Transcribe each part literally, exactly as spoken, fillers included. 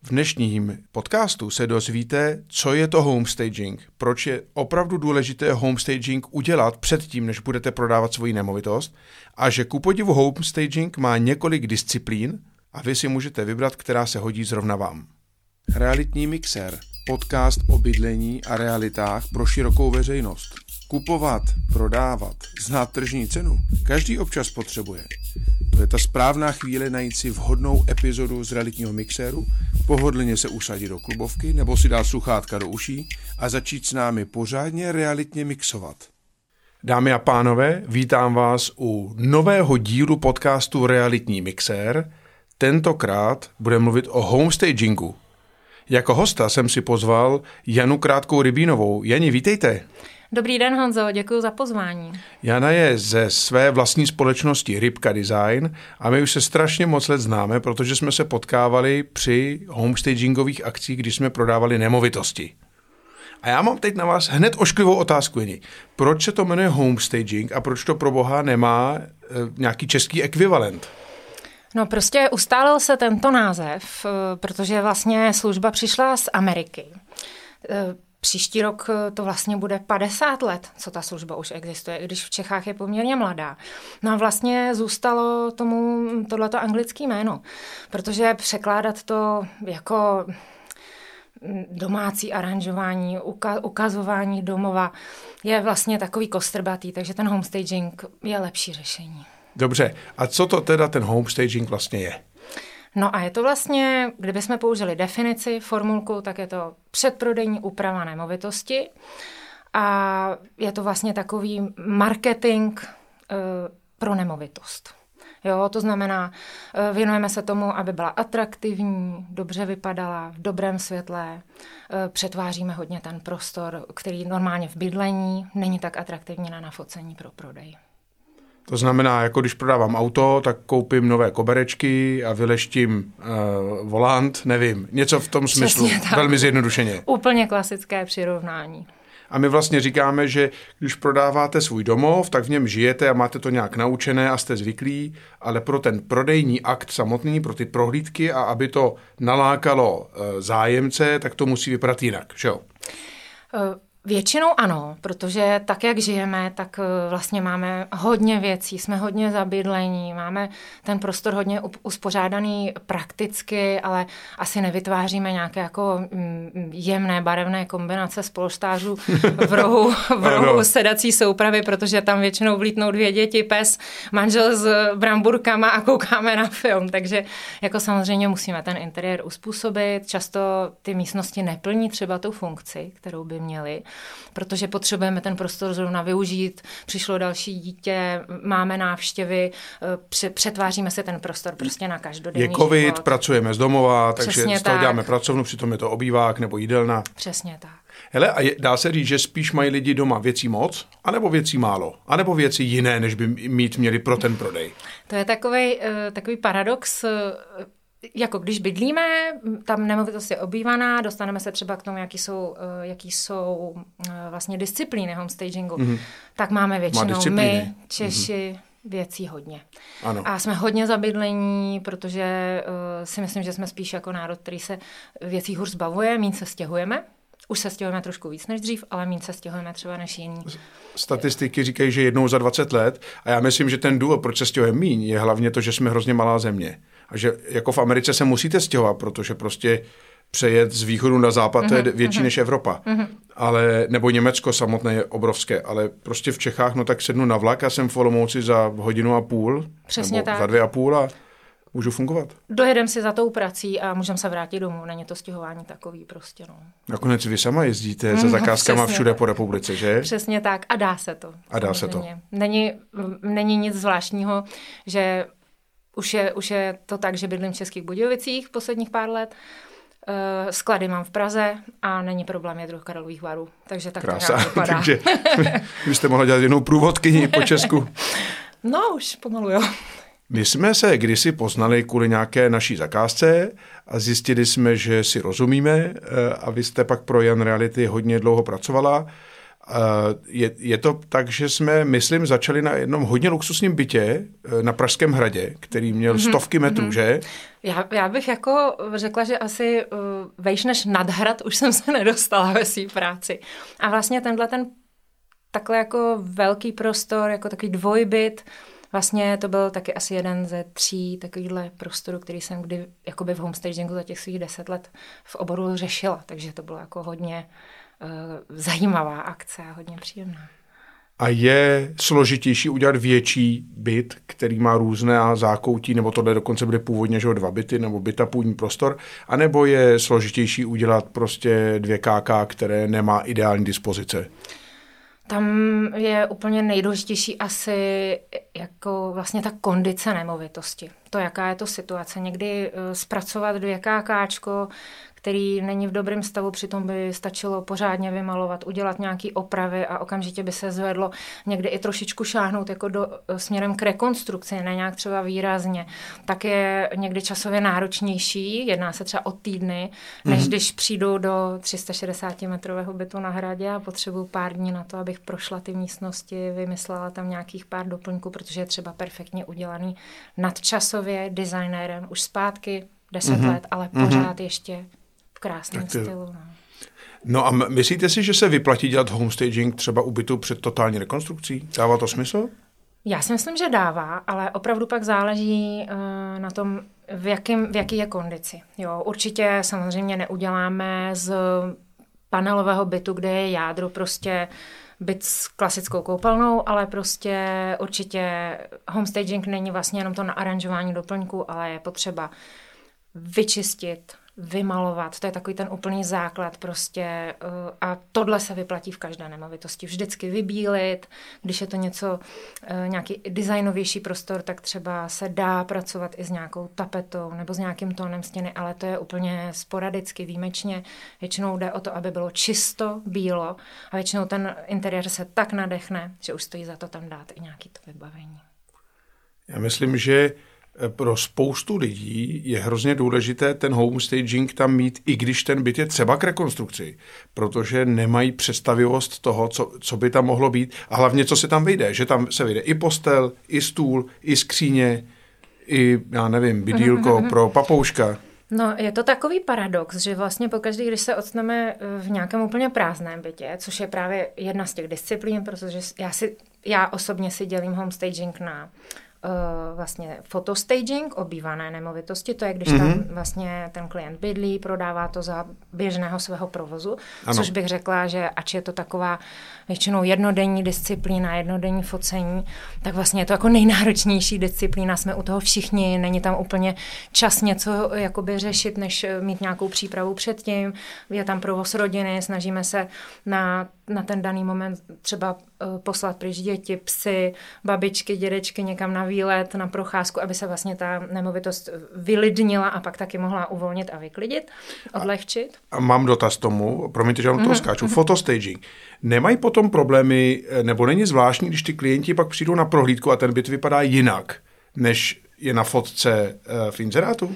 V dnešním podcastu se dozvíte, co je to homestaging, proč je opravdu důležité homestaging udělat předtím, než budete prodávat svoji nemovitost a že ku podivu homestaging má několik disciplín a vy si můžete vybrat, která se hodí zrovna vám. Realitní mixér, podcast o bydlení a realitách pro širokou veřejnost. Kupovat, prodávat, znát tržní cenu, každý občas potřebuje. To je ta správná chvíle najít si vhodnou epizodu z realitního mixéru, pohodlně se usadit do klubovky nebo si dát sluchátka do uší a začít s námi pořádně realitně mixovat. Dámy a pánové, vítám vás u nového dílu podcastu Realitní mixér. Tentokrát budeme mluvit o homestagingu. Jako hosta jsem si pozval Janu Krátkou Rybínovou. Jani, vítejte. Dobrý den, Honzo, děkuji za pozvání. Jana je ze své vlastní společnosti Rybka Design a my už se strašně moc let známe, protože jsme se potkávali při homestagingových akcích, když jsme prodávali nemovitosti. A já mám teď na vás hned ošklivou otázku, Jani. Proč se to jmenuje homestaging a proč to pro boha nemá e, nějaký český ekvivalent? No prostě ustálil se tento název, protože vlastně služba přišla z Ameriky. Příští rok to vlastně bude padesát let, co ta služba už existuje, i když v Čechách je poměrně mladá. No a vlastně zůstalo tomu tohleto anglické jméno, protože překládat to jako domácí aranžování, ukazování domova je vlastně takový kostrbatý, takže ten homestaging je lepší řešení. Dobře, a co to teda ten homestaging vlastně je? No a je to vlastně, kdybychom použili definici, formulku, tak je to předprodejní úprava nemovitosti a je to vlastně takový marketing e, pro nemovitost. Jo, to znamená, e, věnujeme se tomu, aby byla atraktivní, dobře vypadala, v dobrém světle, e, přetváříme hodně ten prostor, který normálně v bydlení není tak atraktivní na nafocení pro prodej. To znamená, jako když prodávám auto, tak koupím nové koberečky a vyleštím uh, volant, nevím, něco v tom Přesně smyslu, tak. Velmi zjednodušeně. Úplně klasické přirovnání. A my vlastně říkáme, že když prodáváte svůj domov, tak v něm žijete a máte to nějak naučené a jste zvyklí, ale pro ten prodejní akt samotný, pro ty prohlídky a aby to nalákalo uh, zájemce, tak to musí vypadat jinak, že jo? Uh. Většinou ano, protože tak, jak žijeme, tak vlastně máme hodně věcí, jsme hodně zabydlení, máme ten prostor hodně uspořádaný prakticky, ale asi nevytváříme nějaké jako jemné barevné kombinace z polštářů v rohu, v rohu sedací soupravy, protože tam většinou vlítnou dvě děti, pes, manžel s bramburkama a koukáme na film. Takže jako samozřejmě musíme ten interiér uspůsobit. Často ty místnosti neplní třeba tu funkci, kterou by měly, protože potřebujeme ten prostor zrovna využít, přišlo další dítě, máme návštěvy, přetváříme se ten prostor prostě na každodenní Je covid, život. Pracujeme z domova, takže Přesně z toho tak. děláme pracovnu, přitom je to obývák nebo jídelna. Přesně tak. Hele, a je, dá se říct, že spíš mají lidi doma věcí moc, anebo věcí málo, anebo věci jiné, než by mít měli pro ten prodej? To je takovej, takový paradox. Jako když bydlíme, tam nemovitost je obývaná, dostaneme se třeba k tomu, jaký jsou, jaký jsou vlastně disciplíny homestagingu, mm-hmm. tak máme většinou Má my, Češi, mm-hmm. věcí hodně. Ano. A jsme hodně zabydlení, protože uh, si myslím, že jsme spíš jako národ, který se věcí hůř zbavuje, míň se stěhujeme. Už se stěhujeme trošku víc než dřív, ale míň se stěhujeme třeba než jiný. Statistiky říkají, že jednou za dvacet let a já myslím, že ten důvod, proč se stěhujeme míň, je hlavně to, že jsme hrozně malá země. A že jako v Americe se musíte stěhovat, protože prostě přejet z východu na západ mm-hmm, je větší mm-hmm. než Evropa. Mm-hmm. Ale, nebo Německo samotné je obrovské, ale prostě v Čechách, no tak sednu na vlak a jsem v Olomouci za hodinu a půl, Přesně nebo tak. za dvě a půl a můžu fungovat. Dojedem si za tou prací a můžeme se vrátit domů. Není to stěhování takový prostě, no. Nakonec vy sama jezdíte mm, za zakázkama všude tak. Po republice, že? Přesně tak. A dá se to. A dá se to. Není, není nic zvláštního, že už je, už je to tak, že bydlím v Českých Budějovicích posledních pár let. Sklady mám v Praze a není problém jet do Karlových Varů. Takže tak Krása. To nějak vypadá. Takže byste mohla dělat jednou průvodkyni po Česku. No už pomalu, jo. My jsme se kdysi poznali kvůli nějaké naší zakázce a zjistili jsme, že si rozumíme a vy jste pak pro Jan Reality hodně dlouho pracovala Je, je to tak, že jsme, myslím, začali na jednom hodně luxusním bytě na Pražském hradě, který měl mm-hmm. stovky metrů, mm-hmm. že? Já, já bych jako řekla, že asi uh, vejš než nad hrad už jsem se nedostala ve své práci. A vlastně tenhle ten takhle jako velký prostor, jako takový dvojbyt, vlastně to byl taky asi jeden ze tří takovýchhle prostorů, který jsem kdy jakoby v homestagingu za těch svých deset let v oboru řešila. Takže to bylo jako hodně uh, zajímavá akce a hodně příjemná. A je složitější udělat větší byt, který má různé zákoutí, nebo tohle dokonce bude původně že dva byty, nebo byt a půdní prostor, anebo je složitější udělat prostě dvě ká ká, které nemá ideální dispozice? Tam je úplně nejdůležitější asi jako vlastně ta kondice nemovitosti. To, jaká je to situace. Někdy uh, zpracovat dvě kákáčko, který není v dobrém stavu, přitom by stačilo pořádně vymalovat, udělat nějaké opravy a okamžitě by se zvedlo. Někdy i trošičku šáhnout jako do, směrem k rekonstrukci, ne nějak třeba výrazně. Tak je někdy časově náročnější, jedná se třeba o týdny, než mm-hmm. když přijdu do tři sta šedesát metrového bytu na hradě a potřebuju pár dní na to, abych prošla ty místnosti, vymyslela tam nějakých pár doplňků, protože je třeba perfektně udělaný nadčasově designérem už zpátky deset mm-hmm. let, ale pořád mm-hmm. ještě v krásném to... stylu. No. no a myslíte si, že se vyplatí dělat homestaging třeba u bytu před totální rekonstrukcí? Dává to smysl? Já si myslím, že dává, ale opravdu pak záleží uh, na tom, v, jakým, v jaký je kondici. Jo, určitě samozřejmě neuděláme z panelového bytu, kde je jádro, prostě byt s klasickou koupelnou, ale prostě určitě homestaging není vlastně jenom to na aranžování doplňků, ale je potřeba vyčistit, vymalovat, to je takový ten úplný základ prostě a tohle se vyplatí v každé nemovitosti. Vždycky vybílit, když je to něco, nějaký designovější prostor, tak třeba se dá pracovat i s nějakou tapetou nebo s nějakým tónem stěny, ale to je úplně sporadicky, výjimečně. Většinou jde o to, aby bylo čisto, bílo a většinou ten interiér se tak nadechne, že už stojí za to tam dát i nějaký to vybavení. Já myslím, že pro spoustu lidí je hrozně důležité ten homestaging tam mít, i když ten byt je třeba k rekonstrukci, protože nemají představivost toho, co, co by tam mohlo být a hlavně, co se tam vyjde, že tam se vyjde i postel, i stůl, i skříně, i, já nevím, bydýlko pro papouška. No, je to takový paradox, že vlastně pokaždý, když se odstaneme v nějakém úplně prázdném bytě, což je právě jedna z těch disciplín, protože já, si, já osobně si dělím homestaging na Uh, vlastně fotostaging, obývané nemovitosti, to je, když mm-hmm. tam vlastně ten klient bydlí, prodává to za běžného svého provozu, ano. Což bych řekla, že ač je to taková většinou jednodenní disciplína, jednodenní focení, tak vlastně je to jako nejnáročnější disciplína, jsme u toho všichni, není tam úplně čas něco jakoby řešit, než mít nějakou přípravu předtím, je tam provoz rodiny, snažíme se na, na ten daný moment třeba uh, poslat pryč děti, psy, babičky, dědečky někam na výlet, na procházku, aby se vlastně ta nemovitost vylidnila a pak taky mohla uvolnit a vyklidit, odlehčit. A mám dotaz tomu, promiňte, že vám to skáču, mm-hmm. fotostaging. Nemají potom problémy, nebo není zvláštní, když ty klienti pak přijdou na prohlídku a ten byt vypadá jinak, než je na fotce v inzerátu?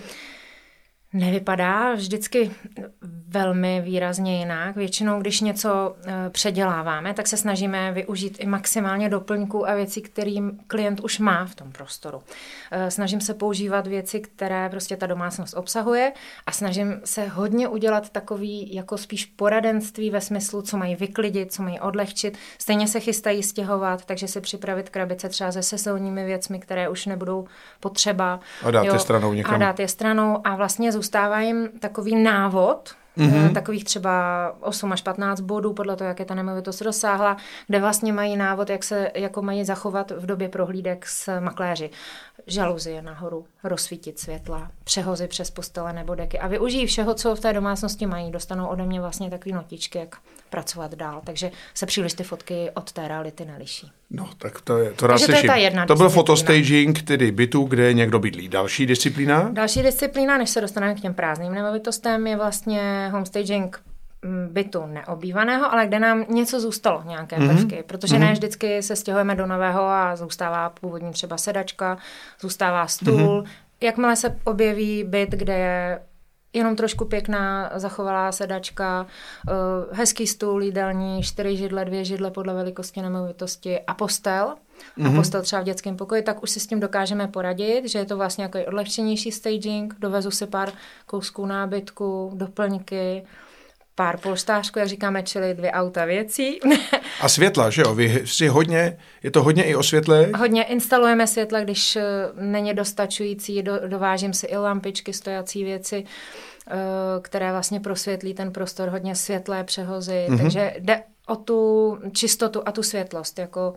Nevypadá vždycky velmi výrazně jinak. Většinou, když něco předěláváme, tak se snažíme využít i maximálně doplňků a věcí, kterým klient už má v tom prostoru. Snažím se používat věci, které prostě ta domácnost obsahuje a snažím se hodně udělat takový jako spíš poradenství ve smyslu, co mají vyklidit, co mají odlehčit. Stejně se chystají stěhovat, takže si připravit krabice třeba se sezónními věcmi, které už nebudou potřeba. A dát je stranou někam. A dát je stranou a vlastně zůstává jim takový návod, mm-hmm. takových třeba osm až patnáct bodů, podle toho, jak je ta nemovitost rozsáhla, kde vlastně mají návod, jak se jako mají zachovat v době prohlídek s makléři. Žaluzie nahoru, rozsvítit světla, přehozy přes postele nebo deky a využijí všeho, co v té domácnosti mají. Dostanou ode mě vlastně takový notičky, jak pracovat dál. Takže se příliš ty fotky od té reality neliší. No, tak to je to rád Takže slyším. To, je ta to byl fotostaging, tedy bytu, kde někdo bydlí. Další disciplína? Další disciplína, než se dostaneme k těm prázdným nemovitostem, je vlastně homestaging bytu neobývaného, ale kde nám něco zůstalo, nějaké mm-hmm. prvky, protože mm-hmm. ne vždycky se stěhujeme do nového a zůstává původní třeba sedačka, zůstává stůl. Mm-hmm. Jakmile se objeví byt, kde je jenom trošku pěkná zachovalá sedačka, hezký stůl, jídelní, čtyři židle, dvě židle podle velikosti nemovitosti a postel. Mm-hmm. A postel třeba v dětském pokoji, tak už si s tím dokážeme poradit, že je to vlastně jako odlehčenější staging, dovezu si pár kousků nábytku, doplňky, pár polštářků, jak říkáme, čili dvě auta věcí. A světla, že jo? Vy si hodně, je to hodně i o světle? Hodně instalujeme světla, když není dostačující, do, dovážím si i lampičky, stojací věci, které vlastně prosvětlí ten prostor, hodně světlé přehozy, mm-hmm. takže jde o tu čistotu a tu světlost. Jako,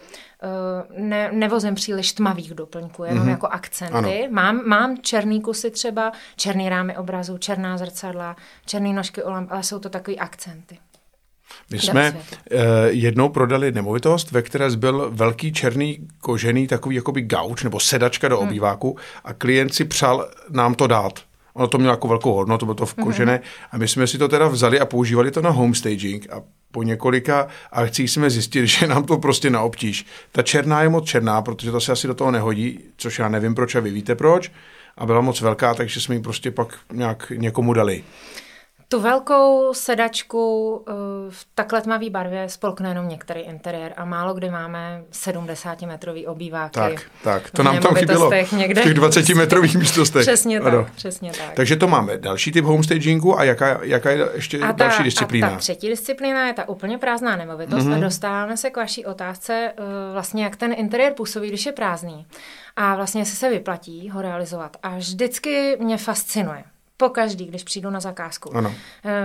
ne, nevozím příliš tmavých doplňků, jenom mm-hmm. jako akcenty. Mám, mám černý kusy třeba, černý rámy obrazů, černá zrcadla, černý nožky u lamp, ale jsou to takový akcenty. My jsme uh, jednou prodali nemovitost, ve které byl velký černý kožený takový jakoby gauč nebo sedačka do obýváku hmm. a klient si přál nám to dát. Ono to mělo jako velkou hodnotu, bylo to v kožené mm-hmm. a my jsme si to teda vzali a používali to na homestaging a po několika akcích jsme zjistili, že nám to prostě na obtíž. Ta černá je moc černá, protože to se asi do toho nehodí, což já nevím proč a vy víte proč a byla moc velká, takže jsme ji prostě pak nějak někomu dali. Tu velkou sedačku v takhle tmavé barvě spolkne jenom některý interiér a málo kdy máme sedmdesátimetrový obýváky. Tak, tak, to nám tam chybělo někde. V těch dvacetimetrových místnostech. Přesně tak, ano. přesně tak. Takže to máme další typ homestagingu a jaká, jaká je ještě a ta, další disciplína? A ta třetí disciplína je ta úplně prázdná nemovitost mm-hmm. a dostáváme se k vaší otázce vlastně, jak ten interiér působí, když je prázdný. A vlastně, jestli se vyplatí ho realizovat. A vždycky mě fascinuje. Pokaždý, když přijdu na zakázku. Ano.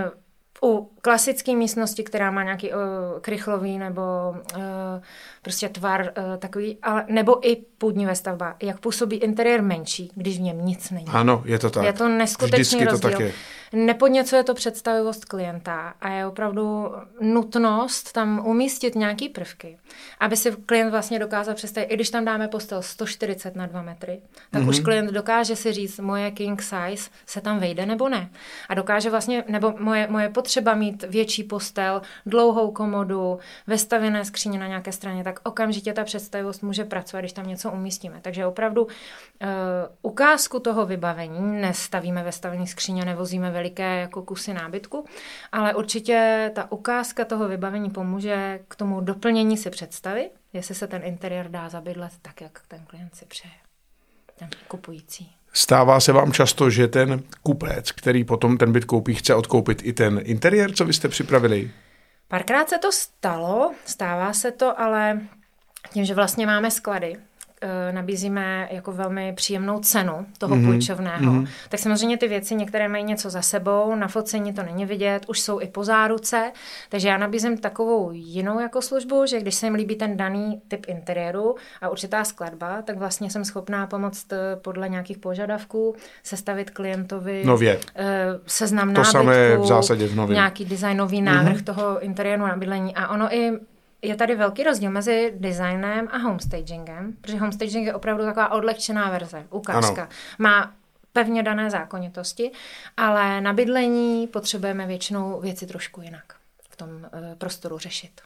U klasické místnosti, která má nějaký uh, krychlový nebo uh, prostě tvar uh, takový, ale, nebo i půdní vestavba, jak působí interiér menší, když v něm nic není. Ano, je to tak. Je to neskutečný Vždycky rozdíl. To tak je. Nepodněcuje to představivost klienta a je opravdu nutnost tam umístit nějaký prvky, aby si klient vlastně dokázal představit, i když tam dáme postel sto čtyřicet na dva metry, tak mm-hmm. už klient dokáže si říct, moje king size se tam vejde nebo ne. A dokáže vlastně, nebo moje, moje potřeba mít větší postel, dlouhou komodu, vestavěné skříně na nějaké straně, tak okamžitě ta představivost může pracovat, když tam něco umístíme. Takže opravdu uh, ukázku toho vybavení nestavíme vestavené skříně, nevozíme veliké jako kusy nábytku, ale určitě ta ukázka toho vybavení pomůže k tomu doplnění si představy, jestli se ten interiér dá zabydlet tak, jak ten klient si přeje, ten kupující. Stává se vám často, že ten kupec, který potom ten byt koupí, chce odkoupit i ten interiér, co vy jste připravili? Párkrát se to stalo, stává se to, ale tím, že vlastně máme sklady, nabízíme jako velmi příjemnou cenu toho mm-hmm. půjčovného. Mm-hmm. Tak samozřejmě ty věci, některé mají něco za sebou, na focení to není vidět, už jsou i po záruce, takže já nabízím takovou jinou jako službu, že když se jim líbí ten daný typ interiéru a určitá skladba, tak vlastně jsem schopná pomoct podle nějakých požadavků sestavit klientovi nově. seznam to nábytku, samé v zásadě v nově. Nějaký designový návrh mm-hmm. toho interiéru na bydlení a ono i je tady velký rozdíl mezi designem a homestagingem, protože homestaging je opravdu taková odlehčená verze, ukázka. Ano. Má pevně dané zákonitosti, ale na bydlení potřebujeme většinou věci trošku jinak v tom e, prostoru řešit.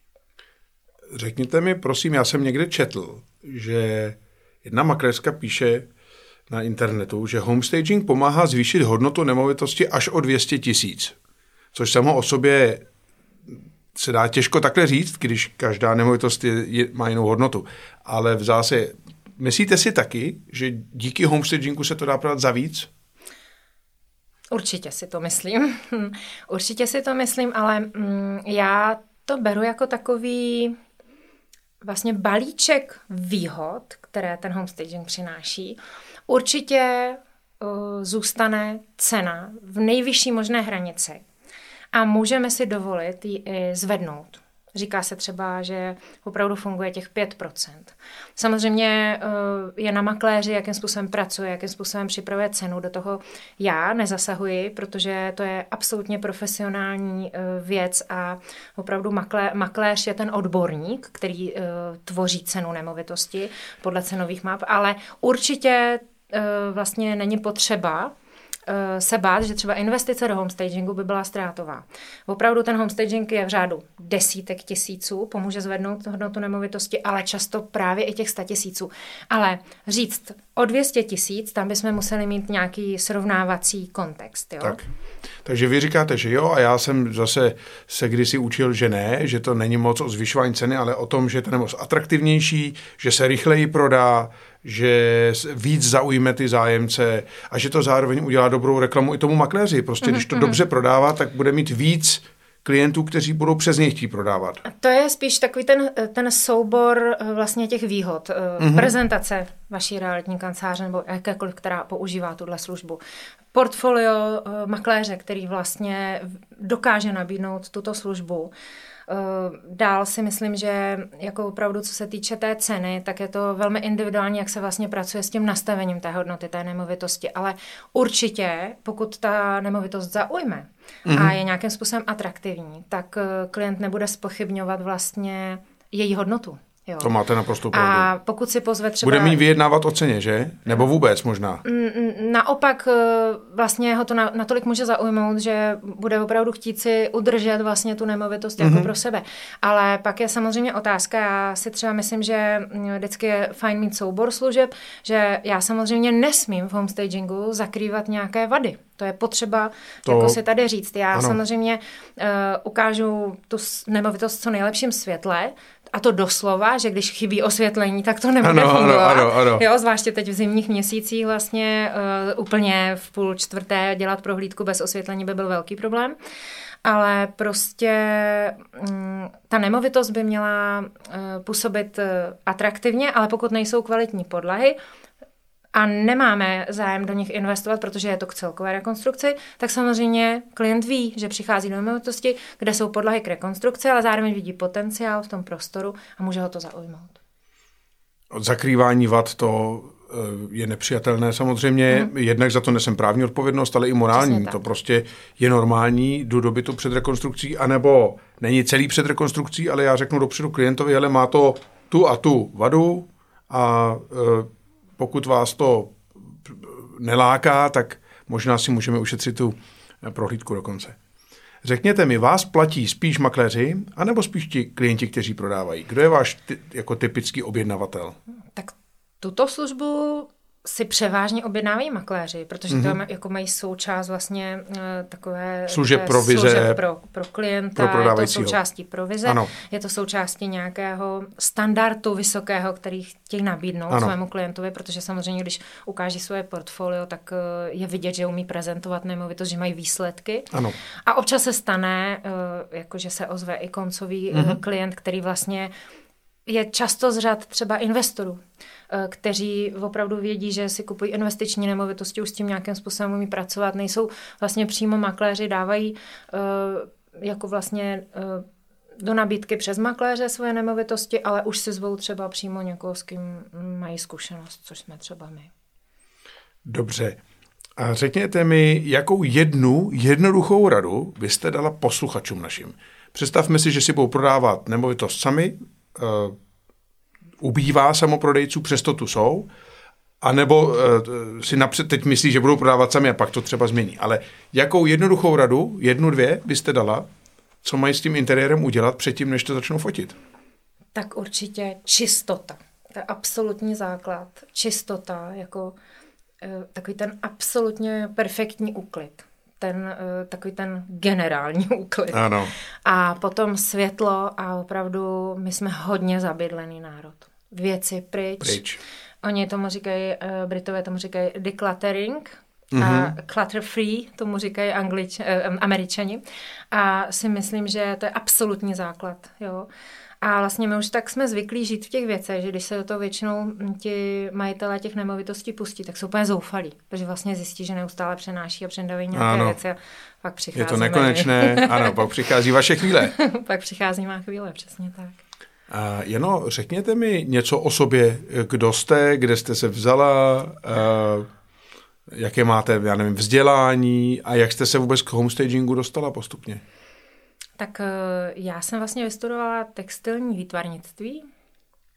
Řekněte mi, prosím, já jsem někde četl, že jedna makléřka píše na internetu, že homestaging pomáhá zvýšit hodnotu nemovitosti až o dvě stě tisíc, což samo o sobě se dá těžko takhle říct, když každá nemovitost je, je, má jinou hodnotu. Ale v zásadě, myslíte si taky, že díky homestagingu se to dá prodat za víc? Určitě si to myslím. Určitě si to myslím, ale mm, já to beru jako takový vlastně balíček výhod, které ten homestaging přináší. Určitě uh, zůstane cena v nejvyšší možné hranici. A můžeme si dovolit ji i zvednout. Říká se třeba, že opravdu funguje těch pět procent. Samozřejmě je na makléři, jakým způsobem pracuje, jakým způsobem připravuje cenu. Do toho já nezasahuji, protože to je absolutně profesionální věc a opravdu maklé, makléř je ten odborník, který tvoří cenu nemovitosti podle cenových map, ale určitě vlastně není potřeba se bát, že třeba investice do homestagingu by byla ztrátová. Opravdu ten homestaging je v řádu desítek tisíců, pomůže zvednout hodnotu nemovitosti, ale často právě i těch sta tisíců. Ale říct o dvě stě tisíc, tam bychom museli mít nějaký srovnávací kontext. Jo? Tak. Takže vy říkáte, že jo, a já jsem zase se kdysi učil, že ne, že to není moc o zvyšování ceny, ale o tom, že je to nemoc atraktivnější, že se rychleji prodá, že víc zaujme ty zájemce a že to zároveň udělá dobrou reklamu i tomu makléři. Prostě mm-hmm. když to dobře prodává, tak bude mít víc klientů, kteří budou přes něj chtít prodávat. To je spíš takový ten, ten soubor vlastně těch výhod. Mm-hmm. Prezentace vaší realitní kanceláře nebo jakékoliv, která používá tuhle službu. Portfolio makléře, který vlastně dokáže nabídnout tuto službu. Dál si myslím, že jako opravdu, co se týče té ceny, tak je to velmi individuální, jak se vlastně pracuje s tím nastavením té hodnoty, té nemovitosti. Ale určitě, pokud ta nemovitost zaujme mm-hmm. a je nějakým způsobem atraktivní, tak klient nebude zpochybňovat vlastně její hodnotu. Jo. To máte naprosto pravdu. A pokud si pozve třeba... Bude mít vyjednávat o ceně, že? Nebo vůbec možná? Naopak vlastně ho to natolik může zaujmout, že bude opravdu chtít si udržet vlastně tu nemovitost jako mm-hmm. pro sebe. Ale pak je samozřejmě otázka, já si třeba myslím, že vždycky je fajn mít soubor služeb, že já samozřejmě nesmím v homestagingu zakrývat nějaké vady. To je potřeba to... jako si tady říct. Já ano. samozřejmě uh, ukážu tu nemovitost co nejlepším světle, a to doslova, že když chybí osvětlení, tak to nebude ano, fungovat. Ano, ano. Jo, zvláště teď v zimních měsících vlastně uh, úplně v půl čtvrté dělat prohlídku bez osvětlení by byl velký problém. Ale prostě um, ta nemovitost by měla uh, působit uh, atraktivně, ale pokud nejsou kvalitní podlahy, a nemáme zájem do nich investovat, protože je to k celkové rekonstrukci, tak samozřejmě klient ví, že přichází do nemovitosti, kde jsou podlahy k rekonstrukci, ale zároveň vidí potenciál v tom prostoru a může ho to zaujmout. Od zakrývání vad to je nepřijatelné samozřejmě, mm. jednak za to nesem právní odpovědnost, ale i morální. To prostě je normální do doby tu před rekonstrukcí, anebo není celý před rekonstrukcí, ale já řeknu dopředu klientovi, hele, má to tu a tu vadu a e, pokud vás to neláká, tak možná si můžeme ušetřit tu prohlídku dokonce. Řekněte mi, vás platí spíš makléři, anebo spíš ti klienti, kteří prodávají? Kdo je váš ty, jako typický objednavatel? Tak tuto službu si převážně objednávají makléři, protože mm-hmm. to jako mají součást vlastně uh, takové služeb provize služeb pro, pro klienta, pro je to součástí provize, ano. Je to součástí nějakého standardu vysokého, který chtějí nabídnout ano. svému klientovi, protože samozřejmě, když ukáží svoje portfolio, tak uh, je vidět, že umí prezentovat nemovitost, že mají výsledky. Ano. A občas se stane, uh, jako že se ozve i koncový mm-hmm. uh, klient, který vlastně je často z řad třeba investorů, kteří opravdu vědí, že si kupují investiční nemovitosti, už s tím nějakým způsobem umí pracovat, nejsou vlastně přímo makléři, dávají uh, jako vlastně uh, do nabídky přes makléře svoje nemovitosti, ale už si zvou třeba přímo někoho, s kým mají zkušenost, což jsme třeba my. Dobře. A řekněte mi, jakou jednu jednoduchou radu byste dala posluchačům našim? Představme si, že si budou prodávat nemovitost sami, uh, ubývá samoprodejců, přesto tu jsou, anebo uh, si napřed teď myslí, že budou prodávat sami a pak to třeba změní. Ale jakou jednoduchou radu, jednu, dvě, byste dala, co mají s tím interiérem udělat předtím, než to začnou fotit? Tak určitě čistota. To je absolutní základ. Čistota, jako uh, takový ten absolutně perfektní úklid. Ten, uh, takový ten generální úklid. Ano. A potom světlo a opravdu my jsme hodně zabydlený národ. Věci pryč. pryč. Oni tomu říkají, uh, Britové tomu říkají decluttering mm-hmm. a clutter free, tomu říkají Anglič, uh, Američani. A si myslím, že to je absolutní základ. Jo. A vlastně my už tak jsme zvyklí žít v těch věcech, že když se do toho většinou ti majitelé těch nemovitostí pustí, tak jsou úplně zoufalí, protože vlastně zjistí, že neustále přenáší a předaví nějaké ano. věci a pak přichází. Je to nekonečné, ano, pak přichází vaše chvíle. Pak přichází má chvíle, přesně tak. A Jano, řekněte mi něco o sobě, kdo jste, kde jste se vzala, uh, jaké máte, já nevím, vzdělání a jak jste se vůbec k homestagingu dostala postupně? Tak já jsem vlastně vystudovala textilní výtvarnictví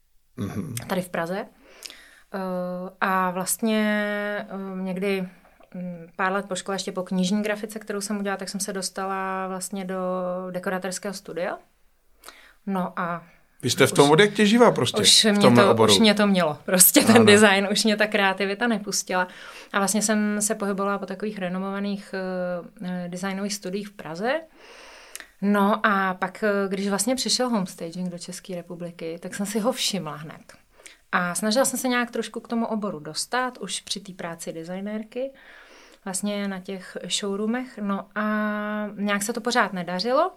mm-hmm. tady v Praze a vlastně někdy pár let po škole, ještě po knižní grafice, kterou jsem udělala, tak jsem se dostala vlastně do dekorátorského studia. No a vy jste v tom od jak těživá prostě, už v mě tomhle to, oboru. Už mě to mělo, prostě ten ano. design, už mě ta kreativita nepustila. A vlastně jsem se pohybovala po takových renomovaných uh, designových studiích v Praze. No a pak, když vlastně přišel homestaging do České republiky, tak jsem si ho všimla hned. A snažila jsem se nějak trošku k tomu oboru dostat, už při té práci designérky, vlastně na těch showroomech. No a nějak se to pořád nedařilo.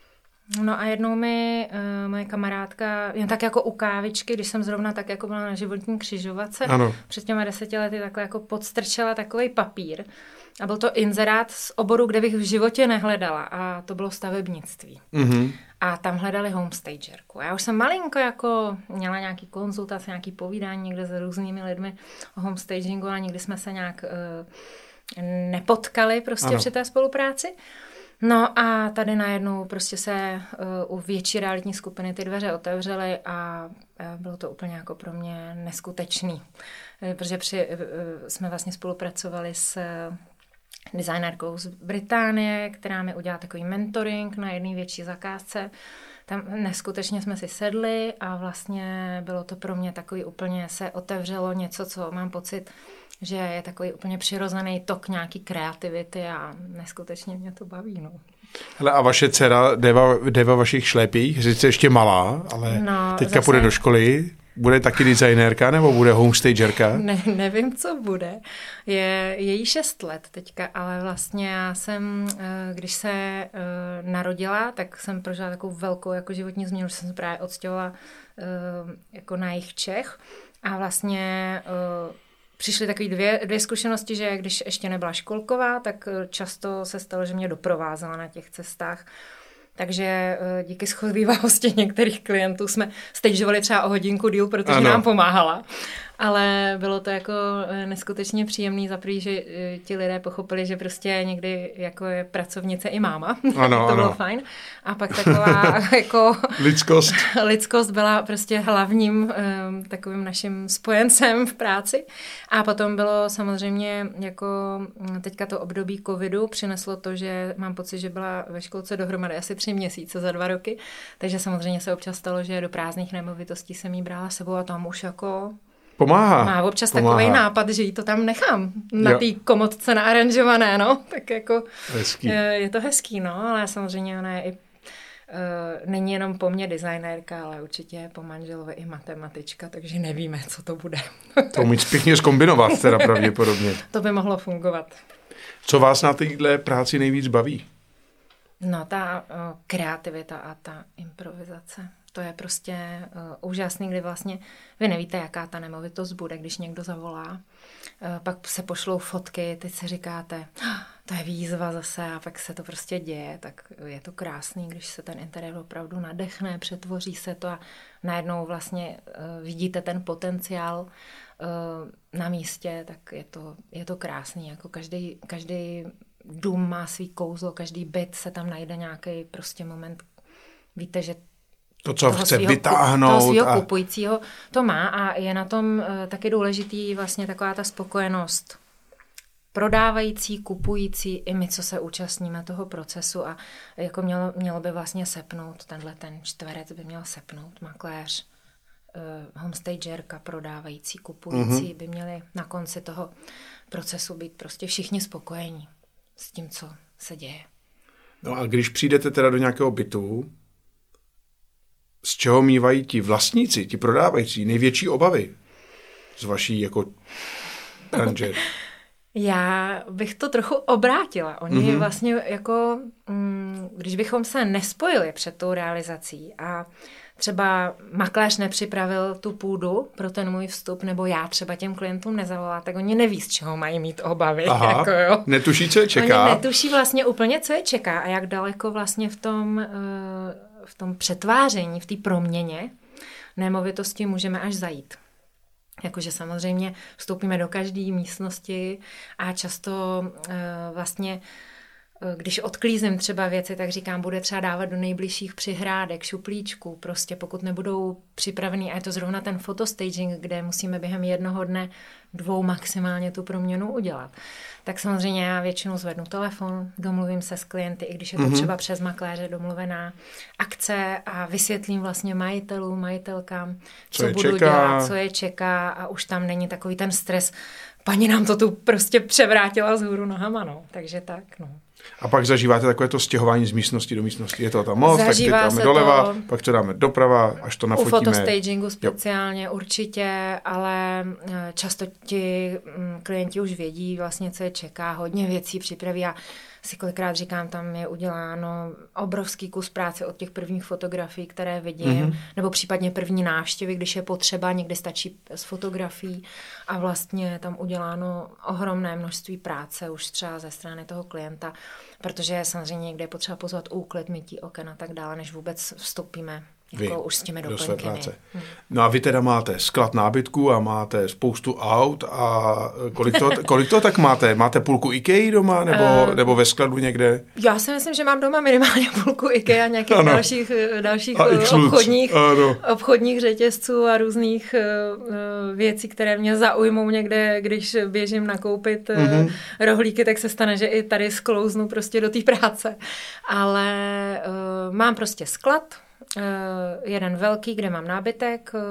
No a jednou mi uh, moje kamarádka, jen tak jako u kávičky, když jsem zrovna tak jako byla na životní křižovatce, ano. před těma deseti lety takhle jako podstrčela takovej papír. A byl to inzerát z oboru, kde bych v životě nehledala. A to bylo stavebnictví. Mm-hmm. A tam hledali homestagerku. Já už jsem malinko jako měla nějaký konzultace, nějaký povídání někde s různými lidmi o homestagingu a nikdy jsme se nějak uh, nepotkali prostě ano. při té spolupráci. No a tady najednou prostě se uh, u větší realitní skupiny ty dveře otevřely a uh, bylo to úplně jako pro mě neskutečný. Uh, protože při, uh, jsme vlastně spolupracovali s uh, designérkou z Británie, která mi udělala takový mentoring na jedné větší zakázce. Tam neskutečně jsme si sedli a vlastně bylo to pro mě takový úplně, se otevřelo něco, co mám pocit, že je takový úplně přirozený tok nějaký kreativity a neskutečně mě to baví. No. Hele, a vaše dcera jde ve vašich šlépích, sice ještě malá, ale no, teďka zase půjde do školy. Bude taky designérka nebo bude homestagerka? Ne, nevím, co bude. Je její šest let teďka, ale vlastně já jsem, když se narodila, tak jsem prožila takovou velkou jako životní změnu, že jsem se právě odstěhovala jako na jih Čech a vlastně přišly takové dvě, dvě zkušenosti, že když ještě nebyla školková, tak často se stalo, že mě doprovázela na těch cestách. Takže díky shovívavosti některých klientů jsme stageovali třeba o hodinku díl, protože ano. nám pomáhala. Ale bylo to jako neskutečně příjemný za prvý, že ti lidé pochopili, že prostě někdy jako je pracovnice i máma. Ano, to bylo ano. fajn. A pak taková jako lidskost. lidskost byla prostě hlavním um, takovým naším spojencem v práci. A potom bylo samozřejmě jako teďka to období covidu přineslo to, že mám pocit, že byla ve školce dohromady asi tři měsíce za dva roky. Takže samozřejmě se občas stalo, že do prázdných nemovitostí jsem jí brala sebou a tam už jako Pomáhá. Má občas Pomáhá. takovej nápad, že jí to tam nechám na té komodce naaranžované, no, tak jako hezký. Je, je to hezký, no, ale samozřejmě ona je i, uh, není jenom po mně designérka, ale určitě je po manželovi i matematička, takže nevíme, co to bude. To umí pěkně zkombinovat teda pravděpodobně. To by mohlo fungovat. Co vás na téhle práci nejvíc baví? No, ta uh, kreativita a ta improvizace. To je prostě uh, úžasný, kdy vlastně vy nevíte, jaká ta nemovitost bude, když někdo zavolá. Uh, pak se pošlou fotky, teď si říkáte, oh, to je výzva zase a pak se to prostě děje, tak je to krásný, když se ten interiér opravdu nadechne, přetvoří se to a najednou vlastně uh, vidíte ten potenciál uh, na místě, tak je to, je to krásný. Jako každý, každý dům má svý kouzlo, každý byt se tam najde nějaký prostě moment, víte, že to, co chce svýho, vytáhnout. Toho svýho a... kupujícího to má a je na tom uh, taky důležitý vlastně taková ta spokojenost prodávající, kupující, i my, co se účastníme toho procesu a jako mělo, mělo by vlastně sepnout, tenhle ten čtverec by měl sepnout, makléř, uh, homestagerka, prodávající, kupující mm-hmm. by měli na konci toho procesu být prostě všichni spokojení s tím, co se děje. No a když přijdete teda do nějakého bytu, z čeho mívají ti vlastníci, ti prodávající největší obavy z vaší jako branže? Já bych to trochu obrátila. Oni mm-hmm. vlastně jako, mm, když bychom se nespojili před tou realizací a třeba makléř nepřipravil tu půdu pro ten můj vstup, nebo já třeba těm klientům nezavolá, tak oni neví, z čeho mají mít obavy. Aha, jako jo. Netuší, co je čeká. Oni netuší vlastně úplně, co je čeká a jak daleko vlastně v tom, v tom přetváření, v té proměně nemovitosti můžeme až zajít. Jakože samozřejmě vstoupíme do každé místnosti a často vlastně když odklízím třeba věci, tak říkám, bude třeba dávat do nejbližších přihrádek, šuplíčků, prostě pokud nebudou připravený, a je to zrovna ten fotostaging, kde musíme během jednoho dne, dvou maximálně tu proměnu udělat. Tak samozřejmě já většinou zvednu telefon, domluvím se s klienty, i když je to mm-hmm. třeba přes makléře domluvená akce a vysvětlím vlastně majitelům, majitelkám, co, co budu čeká. dělat, co je čeká a už tam není takový ten stres. Paní nám to tu prostě převrátila vzhůru nohama, no. Takže tak, no. A pak zažíváte takové to stěhování z místnosti do místnosti. Je to tam moc, Zažívá tak teď dáme doleva, to... pak to dáme doprava, až to nafotíme. U fotostagingu speciálně jo. určitě, ale často ti klienti už vědí vlastně, co je čeká. Hodně věcí připraví. Já si kolikrát říkám, tam je uděláno obrovský kus práce od těch prvních fotografií, které vidím, mm-hmm. nebo případně první návštěvy, když je potřeba, někdy stačí z fotografií a vlastně tam uděláno ohromné množství práce už třeba ze strany toho klienta, protože samozřejmě někde je potřeba pozvat úklid, mytí oken a tak dále, než vůbec vstoupíme jako už s těmi doplňky. Hmm. No a vy teda máte sklad nábytku a máte spoustu aut a kolik to, kolik to tak máte? Máte půlku IKEA doma nebo, uh, nebo ve skladu někde? Já si myslím, že mám doma minimálně půlku IKEA a nějakých ano. dalších, dalších a obchodních, obchodních řetězců a různých uh, věcí, které mě zaujmou někde, když běžím nakoupit uh, mm-hmm. rohlíky, tak se stane, že i tady sklouznu prostě do té práce. Ale uh, mám prostě sklad, Uh, jeden velký, kde mám nábytek, uh,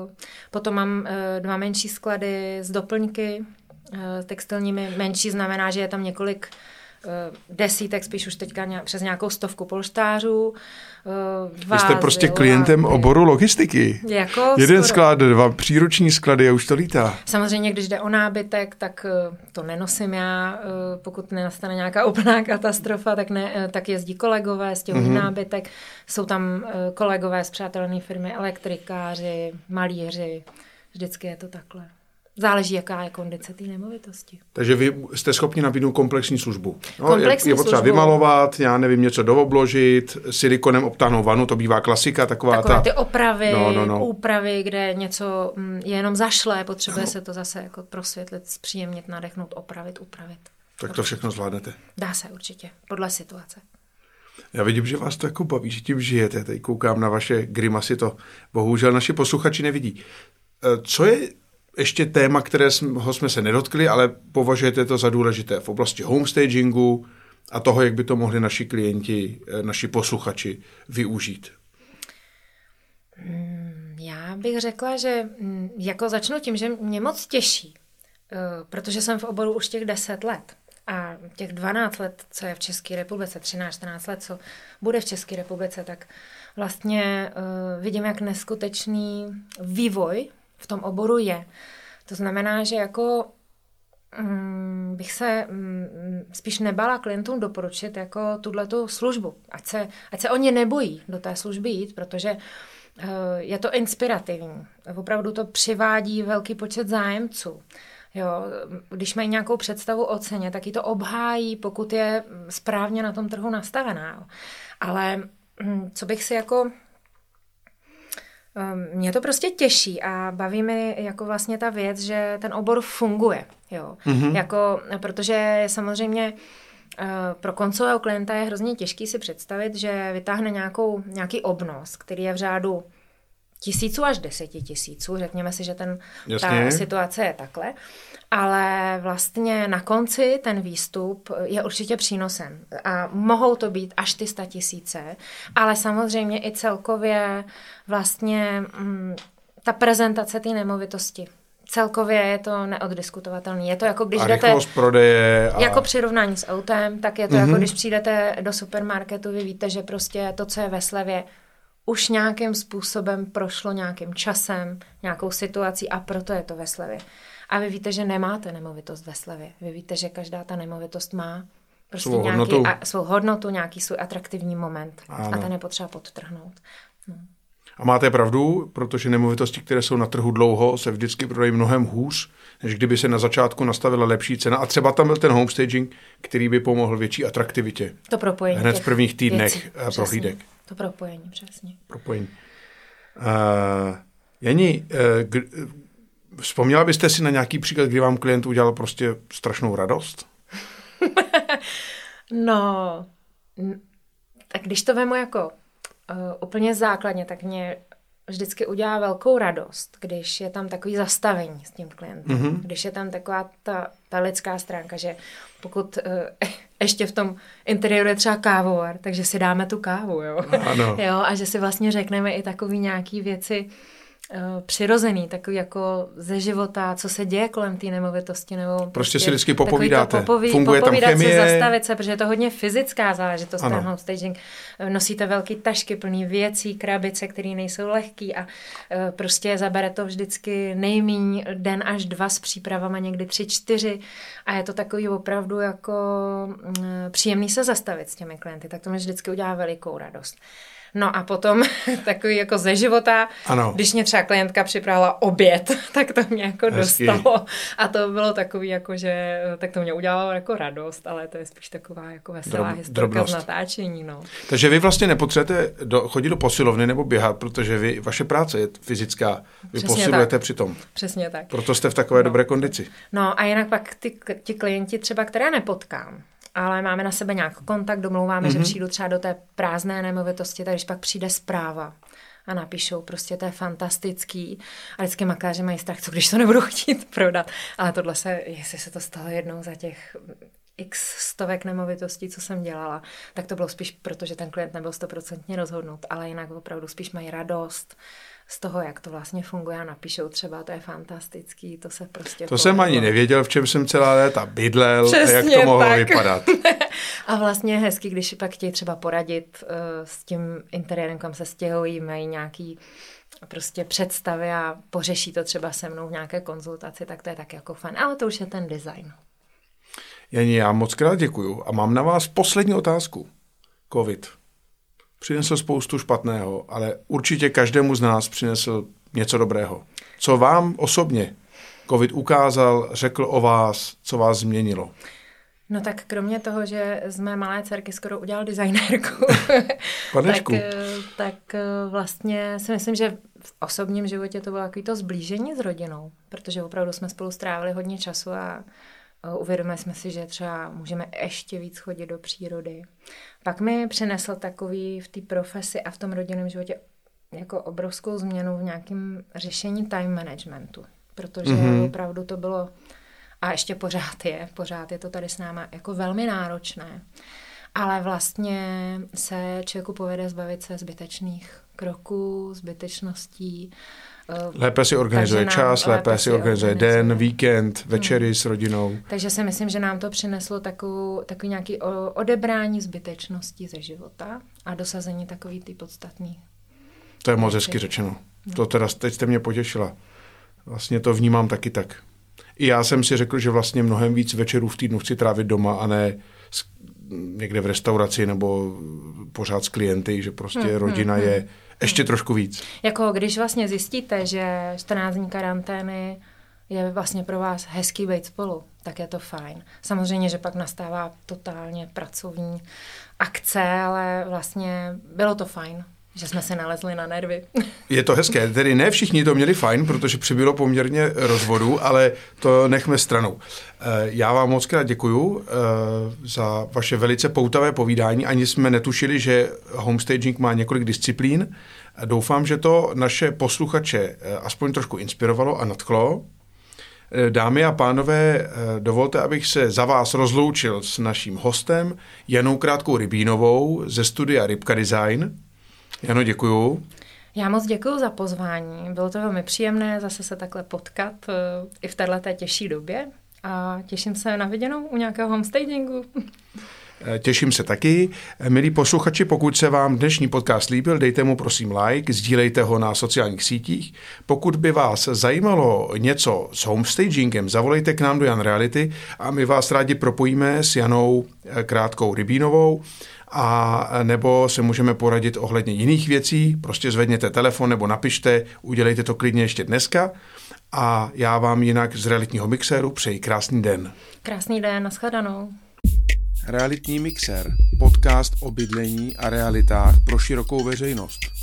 potom mám uh, dva menší sklady z doplňky uh, textilními. Menší znamená, že je tam několik uh, desítek, spíš už teďka nějak, přes nějakou stovku polštářů. Uh, vázy, Vy jste prostě klientem lápy. Oboru logistiky. Jako jeden skoro. sklad, dva příruční sklady a už to lítá. Samozřejmě, když jde o nábytek, tak uh, to nenosím já. Uh, pokud nenastane nějaká úplná katastrofa, tak, ne, uh, tak jezdí kolegové, stěhují mm-hmm. nábytek. Jsou tam uh, kolegové z přátelné firmy, elektrikáři, malíři. Vždycky je to takhle. Záleží, jaká je kondice té nemovitosti. Takže vy jste schopni nabídnout komplexní službu. No, komplexní je, je potřeba službu. Vymalovat, já nevím, něco doobložit, silikonem obtáhnout vanu, to bývá klasika. Taková Takové ta... ty opravy, no, no, no. úpravy, kde něco je jenom zašlé, potřebuje no. se to zase jako prosvětlit, zpříjemnit, nadechnout, opravit, upravit. Tak to všechno zvládnete. Dá se určitě, podle situace. Já vidím, že vás to jako baví, že tím žijete. Teď koukám na vaše grimasy, to bohužel naši posluchači nevidí. Co je ještě téma, kterého jsme se nedotkli, ale považujete to za důležité v oblasti homestagingu a toho, jak by to mohli naši klienti, naši posluchači využít? Já bych řekla, že jako začnu tím, že mě moc těší, protože jsem v oboru už těch deset let. A těch dvanáct let, co je v České republice, třináct čtrnáct let, co bude v České republice, tak vlastně uh, vidím, jak neskutečný vývoj v tom oboru je. To znamená, že jako um, bych se um, spíš nebala klientům doporučit jako tuhletu službu. Ať se, ať se oni nebojí do té služby jít, protože uh, je to inspirativní. Opravdu to přivádí velký počet zájemců. Jo, když mají nějakou představu o ceně, tak ji to obhájí, pokud je správně na tom trhu nastavená. Jo. Ale co bych si jako... Mě to prostě těší a baví mi jako vlastně ta věc, že ten obor funguje. Jo. Mm-hmm. Jako, protože samozřejmě pro koncového klienta je hrozně těžký si představit, že vytáhne nějakou, nějaký obnos, který je v řádu tisíců až deseti tisíců, řekněme si, že ten, ta situace je takhle, ale vlastně na konci ten výstup je určitě přínosem a mohou to být až ty sta tisíce, ale samozřejmě i celkově vlastně m, ta prezentace té nemovitosti. Celkově je to neoddiskutovatelné. Je to jako když a jdete... prodeje a... Jako přirovnání s autem, tak je to mm-hmm. jako když přijdete do supermarketu, vy víte, že prostě to, co je ve slevě, už nějakým způsobem prošlo nějakým časem, nějakou situací a proto je to ve slevě. A vy víte, že nemáte nemovitost ve slevě. Vy víte, že každá ta nemovitost má prostě svou, nějaký, hodnotu. A, svou hodnotu, nějaký svůj atraktivní moment. Ano. A ten je potřeba podtrhnout. No. A máte pravdu, protože nemovitosti, které jsou na trhu dlouho, se vždycky prodají mnohem hůř, než kdyby se na začátku nastavila lepší cena. A třeba tam byl ten homestaging, který by pomohl větší atraktivitě. To propojení. Hned v prvních týdnech prohlídek. To propojení, přesně. Propojení. Uh, Jani, uh, g- vzpomněla byste si na nějaký příklad, kdy vám klient udělal prostě strašnou radost? No, tak když to vemu jako uh, úplně základně, tak mě vždycky udělá velkou radost, když je tam takový zastavení s tím klientem. Mm-hmm. Když je tam taková ta, ta lidská stránka, že pokud uh, ještě v tom interiéru je třeba kávovar, takže si dáme tu kávu, jo? Ano. Jo, a že si vlastně řekneme i takový nějaký věci uh, přirozený, takový jako ze života, co se děje kolem té nemovitosti. Nebo prostě, prostě si vždycky popovídáte. Popoví, Funguje popovídat tam chemie. Se, zastavit se, protože je to hodně fyzická záležitost, ano. ten homestaging. Nosíte velký tašky plný věcí, krabice, které nejsou lehký a uh, prostě zabere to vždycky nejmíň den až dva s přípravama, někdy tři, čtyři a je to takový opravdu jako uh, příjemný se zastavit s těmi klienty, tak to mi vždycky udělá velikou radost. No a potom takový jako ze života, ano. Když mě třeba klientka připravila oběd, tak to mě jako Hezky. dostalo a to bylo takový jako, že tak to mě udělalo jako radost, ale to je spíš taková jako veselá Drob, historka drobnost. Z natáčení, no. Takže vy vlastně nepotřebujete do, chodit do posilovny nebo běhat, protože vy, vaše práce je fyzická, vy Přesně posilujete tak. přitom. Přesně tak. Proto jste v takové no. dobré kondici. No a jinak pak ty, ti klienti třeba, které nepotkám, ale máme na sebe nějak kontakt, domlouváme, mm-hmm. že přijdu třeba do té prázdné nemovitosti, tak když pak přijde zpráva a napíšou, prostě to je fantastický. A vždycky makléři mají strach, co když to nebudu chtít prodat. Ale tohle se, jestli se to stalo jednou za těch x stovek nemovitostí, co jsem dělala, tak to bylo spíš proto, že ten klient nebyl stoprocentně rozhodnut, ale jinak opravdu spíš mají radost z toho, jak to vlastně funguje a napíšou třeba, to je fantastický, to se prostě... To povedlo. Jsem ani nevěděl, v čem jsem celá léta bydlel Přesně a jak to mohlo tak. vypadat. A vlastně je hezký, když pak chtějí třeba poradit uh, s tím interiérem, kam se stěhují, mají nějaký prostě představy a pořeší to třeba se mnou v nějaké konzultaci, tak to je tak jako fajn. Ale to už je ten design. Jani, já moc krát děkuju a mám na vás poslední otázku. Covid. Přinesl spoustu špatného, ale určitě každému z nás přinesl něco dobrého. Co vám osobně Covid ukázal, řekl o vás, co vás změnilo? No tak kromě toho, že z mé malé dcerky skoro udělal designérku, tak, tak vlastně si myslím, že v osobním životě to bylo takový to zblížení s rodinou, protože opravdu jsme spolu strávili hodně času a uvědomili jsme si, že třeba můžeme ještě víc chodit do přírody. Pak mi přinesl takový v té profesi a v tom rodinném životě jako obrovskou změnu v nějakém řešení time managementu, protože mm-hmm. opravdu to bylo, a ještě pořád je, pořád je to tady s náma jako velmi náročné, ale vlastně se člověku povede zbavit se zbytečných kroků, zbytečností. Lépe si organizuje nám, čas, lépe, lépe si organizuje organizuje den, víkend, večery hmm. s rodinou. Takže si myslím, že nám to přineslo takovou, takový nějaký odebrání zbytečnosti ze života a dosazení takový ty podstatný. To je moc hezky řečeno. No. To teda teď jste mě potěšila. Vlastně to vnímám taky tak. I já jsem si řekl, že vlastně mnohem víc večerů v týdnu chci trávit doma a ne někde v restauraci nebo pořád s klienty, že prostě hmm, rodina hmm, je hmm. ještě trošku víc. Jako když vlastně zjistíte, že čtrnáct dní karantény je vlastně pro vás hezký být spolu, tak je to fajn. Samozřejmě, že pak nastává totálně pracovní akce, ale vlastně bylo to fajn, že jsme se nalezli na nervy. Je to hezké, tedy ne všichni to měli fajn, protože přibylo poměrně rozvodů, ale to nechme stranou. Já vám moc krát děkuju za vaše velice poutavé povídání. Ani jsme netušili, že homestaging má několik disciplín. Doufám, že to naše posluchače aspoň trošku inspirovalo a nadchlo. Dámy a pánové, dovolte, abych se za vás rozloučil s naším hostem Janou Krátkou Rybínovou ze studia Rybka Design. Jano, děkuju. Já moc děkuju za pozvání. Bylo to velmi příjemné zase se takhle potkat i v této těžší době a těším se na viděnou u nějakého homestagingu. Těším se taky. Milí posluchači, pokud se vám dnešní podcast líbil, dejte mu prosím like, sdílejte ho na sociálních sítích. Pokud by vás zajímalo něco s homestagingem, zavolejte k nám do Jan Reality a my vás rádi propojíme s Janou Krátkou Rybínovou, a nebo se můžeme poradit ohledně jiných věcí. Prostě zvedněte telefon nebo napište, udělejte to klidně ještě dneska. A já vám jinak z realitního mixéru přeji krásný den. Krásný den, nashledanou. Realitní mixér, podcast o bydlení a realitách pro širokou veřejnost.